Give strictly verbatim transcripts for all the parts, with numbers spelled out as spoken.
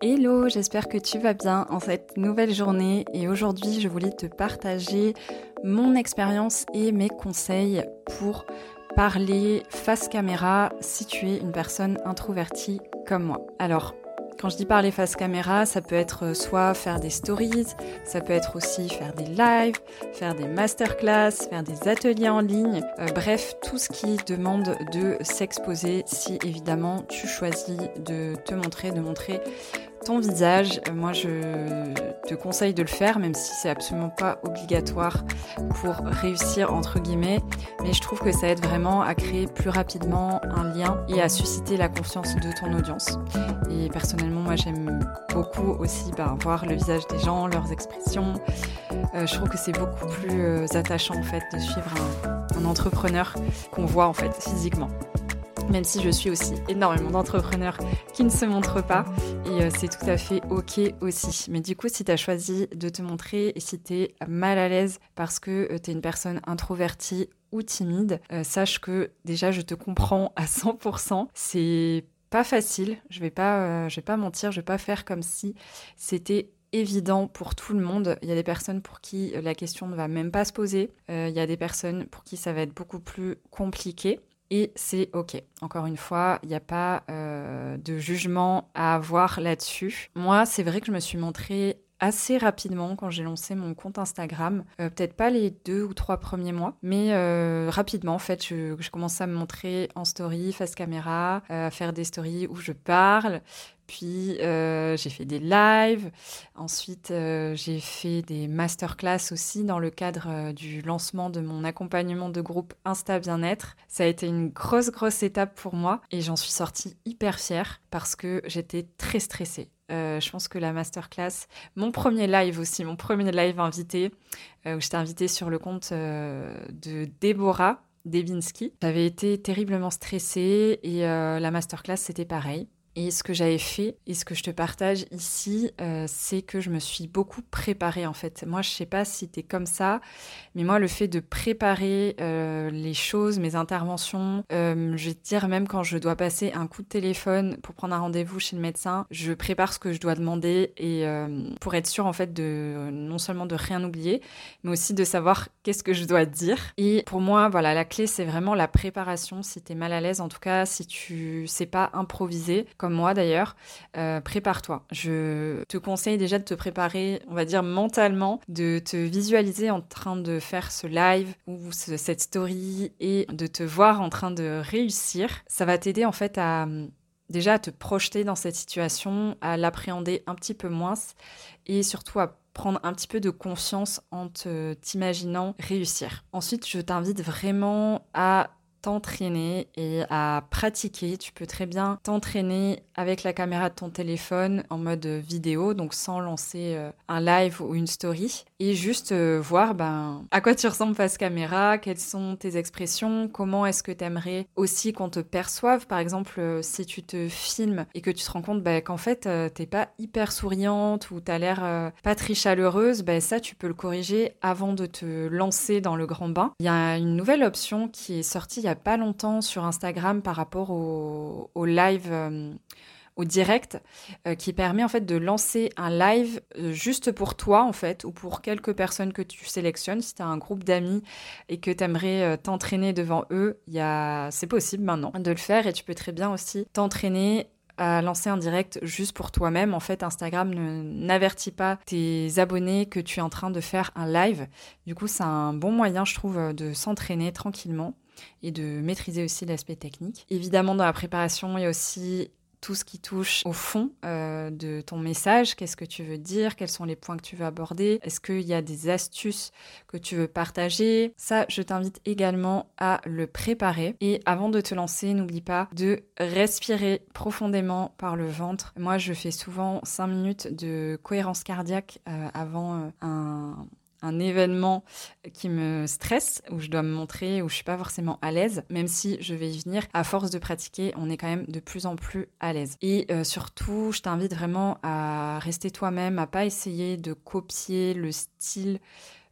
Hello, j'espère que tu vas bien en cette nouvelle journée et aujourd'hui je voulais te partager mon expérience et mes conseils pour parler face caméra si tu es une personne introvertie comme moi. Alors, quand je dis parler face caméra, ça peut être soit faire des stories, ça peut être aussi faire des lives, faire des masterclass, faire des ateliers en ligne, euh, bref, tout ce qui demande de s'exposer si évidemment tu choisis de te montrer, de montrer ton visage. Moi, je te conseille de le faire, même si c'est absolument pas obligatoire pour réussir, entre guillemets. Mais je trouve que ça aide vraiment à créer plus rapidement un lien et à susciter la confiance de ton audience. Et personnellement, moi, j'aime beaucoup aussi ben, voir le visage des gens, leurs expressions. Euh, je trouve que c'est beaucoup plus euh, attachant, en fait, de suivre un, un entrepreneur qu'on voit, en fait, physiquement. Même si je suis aussi énormément d'entrepreneurs qui ne se montrent pas et euh, c'est tout à fait ok aussi. Mais du coup, si tu as choisi de te montrer et si tu es mal à l'aise parce que euh, tu es une personne introvertie ou timide, euh, sache que déjà je te comprends à cent pour cent. C'est pas facile, je vais pas, euh, je vais pas mentir, je vais pas faire comme si c'était évident pour tout le monde. Il y a des personnes pour qui la question ne va même pas se poser. Euh, il y a des personnes pour qui ça va être beaucoup plus compliqué. Et c'est ok. Encore une fois, il n'y a pas euh, de jugement à avoir là-dessus. Moi, c'est vrai que je me suis montrée assez rapidement quand j'ai lancé mon compte Instagram. Euh, peut-être pas les deux ou trois premiers mois, mais euh, rapidement, en fait, je, je commençais à me montrer en story, face caméra, euh, à faire des stories où je parle. Puis euh, j'ai fait des lives, ensuite euh, j'ai fait des masterclass aussi dans le cadre euh, du lancement de mon accompagnement de groupe Insta Bien-être. Ça a été une grosse grosse étape pour moi et j'en suis sortie hyper fière parce que j'étais très stressée. Euh, je pense que la masterclass, mon premier live aussi, mon premier live invité, euh, où j'étais invitée sur le compte euh, de Déborah Debinski. J'avais été terriblement stressée et euh, la masterclass c'était pareil. Et ce que j'avais fait, et ce que je te partage ici, euh, c'est que je me suis beaucoup préparée en fait. Moi, je sais pas si t'es comme ça, mais moi, le fait de préparer euh, les choses, mes interventions, euh, je vais te dire même quand je dois passer un coup de téléphone pour prendre un rendez-vous chez le médecin, je prépare ce que je dois demander et euh, pour être sûre en fait de non seulement de rien oublier, mais aussi de savoir qu'est-ce que je dois dire. Et pour moi, voilà, la clé, c'est vraiment la préparation. Si t'es mal à l'aise, en tout cas, si tu sais pas improviser, comme moi d'ailleurs, euh, prépare-toi. Je te conseille déjà de te préparer, on va dire mentalement, de te visualiser en train de faire ce live ou ce, cette story et de te voir en train de réussir. Ça va t'aider en fait à déjà à te projeter dans cette situation, à l'appréhender un petit peu moins et surtout à prendre un petit peu de confiance en te, t'imaginant réussir. Ensuite, je t'invite vraiment à t'entraîner et à pratiquer. Tu peux très bien t'entraîner avec la caméra de ton téléphone en mode vidéo, donc sans lancer euh, un live ou une story, et juste euh, voir ben, à quoi tu ressembles face caméra, quelles sont tes expressions, comment est-ce que tu aimerais aussi qu'on te perçoive. Par exemple, euh, si tu te filmes et que tu te rends compte ben, qu'en fait, euh, t'es pas hyper souriante ou t'as l'air euh, pas très chaleureuse, ben, ça, tu peux le corriger avant de te lancer dans le grand bain. Il y a une nouvelle option qui est sortie il y a pas longtemps sur Instagram par rapport au, au live, euh, au direct, euh, qui permet en fait de lancer un live euh, juste pour toi en fait, ou pour quelques personnes que tu sélectionnes. Si tu as un groupe d'amis et que tu aimerais euh, t'entraîner devant eux, y a... c'est possible maintenant de le faire et tu peux très bien aussi t'entraîner à lancer un direct juste pour toi-même. En fait, Instagram ne, n'avertit pas tes abonnés que tu es en train de faire un live. Du coup, c'est un bon moyen, je trouve, de s'entraîner tranquillement et de maîtriser aussi l'aspect technique. Évidemment, dans la préparation, il y a aussi tout ce qui touche au fond euh, de ton message. Qu'est-ce que tu veux dire? Quels sont les points que tu veux aborder? Est-ce qu'il y a des astuces que tu veux partager? Ça, je t'invite également à le préparer. Et avant de te lancer, n'oublie pas de respirer profondément par le ventre. Moi, je fais souvent cinq minutes de cohérence cardiaque euh, avant euh, un... un événement qui me stresse, où je dois me montrer, où je suis pas forcément à l'aise, même si je vais y venir. À force de pratiquer, on est quand même de plus en plus à l'aise. Et euh, surtout, je t'invite vraiment à rester toi-même, à pas essayer de copier le style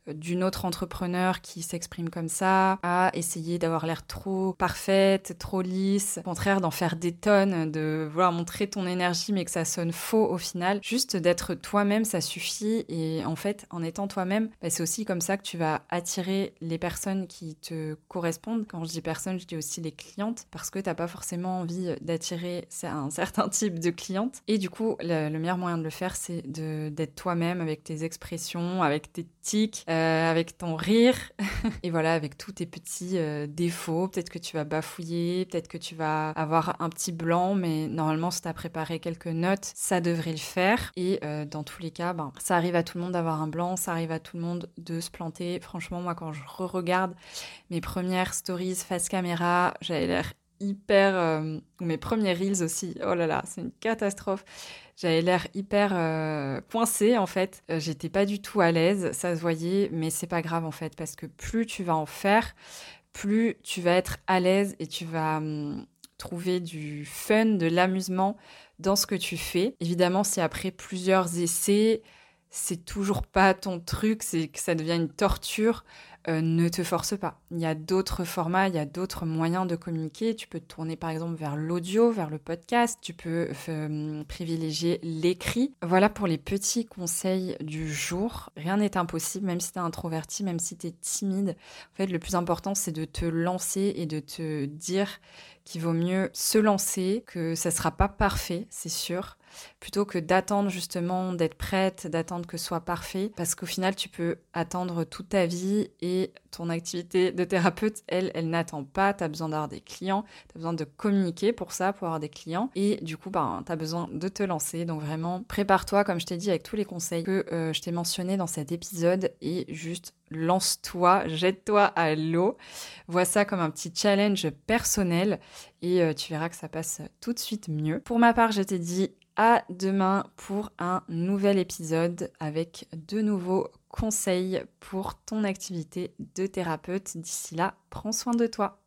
d'une autre entrepreneur qui s'exprime comme ça, à essayer d'avoir l'air trop parfaite, trop lisse, au contraire d'en faire des tonnes, de vouloir montrer ton énergie mais que ça sonne faux au final. Juste d'être toi-même, ça suffit, et en fait, en étant toi-même, bah, c'est aussi comme ça que tu vas attirer les personnes qui te correspondent. Quand je dis personnes, je dis aussi les clientes, parce que t'as pas forcément envie d'attirer un certain type de cliente. Et du coup, le, le meilleur moyen de le faire, c'est de, d'être toi-même avec tes expressions, avec tes tics, euh, avec ton rire, et voilà, avec tous tes petits euh, défauts. Peut-être que tu vas bafouiller, peut-être que tu vas avoir un petit blanc, mais normalement, si t'as préparé quelques notes, ça devrait le faire. Et euh, dans tous les cas, ben, ça arrive à tout le monde d'avoir un blanc, ça arrive à tout le monde de se planter. Franchement, moi, quand je re-regarde mes premières stories face caméra, j'avais l'air hyper... Euh, mes premiers reels aussi, oh là là, c'est une catastrophe. J'avais l'air hyper euh, coincée en fait. Euh, j'étais pas du tout à l'aise, ça se voyait, mais c'est pas grave en fait, parce que plus tu vas en faire, plus tu vas être à l'aise et tu vas hum, trouver du fun, de l'amusement dans ce que tu fais. Évidemment, si après plusieurs essais, c'est toujours pas ton truc, c'est que ça devient une torture, euh, ne te force pas. Il y a d'autres formats, il y a d'autres moyens de communiquer. Tu peux te tourner par exemple vers l'audio, vers le podcast, tu peux euh, privilégier l'écrit. Voilà pour les petits conseils du jour. Rien n'est impossible, même si t'es introverti, même si t'es timide. En fait, le plus important, c'est de te lancer et de te dire qu'il vaut mieux se lancer, que ça sera pas parfait, c'est sûr, plutôt que d'attendre justement d'être prête, d'attendre que ce soit parfait, parce qu'au final, tu peux attendre toute ta vie et ton activité de thérapeute, elle, elle n'attend pas. Tu as besoin d'avoir des clients, tu as besoin de communiquer pour ça, pour avoir des clients, et du coup, ben, tu as besoin de te lancer. Donc vraiment, prépare-toi, comme je t'ai dit, avec tous les conseils que euh, je t'ai mentionnés dans cet épisode, et juste lance-toi, jette-toi à l'eau. Vois ça comme un petit challenge personnel, et euh, tu verras que ça passe tout de suite mieux. Pour ma part, je t'ai dit à demain pour un nouvel épisode avec de nouveaux conseils pour ton activité de thérapeute. D'ici là, prends soin de toi.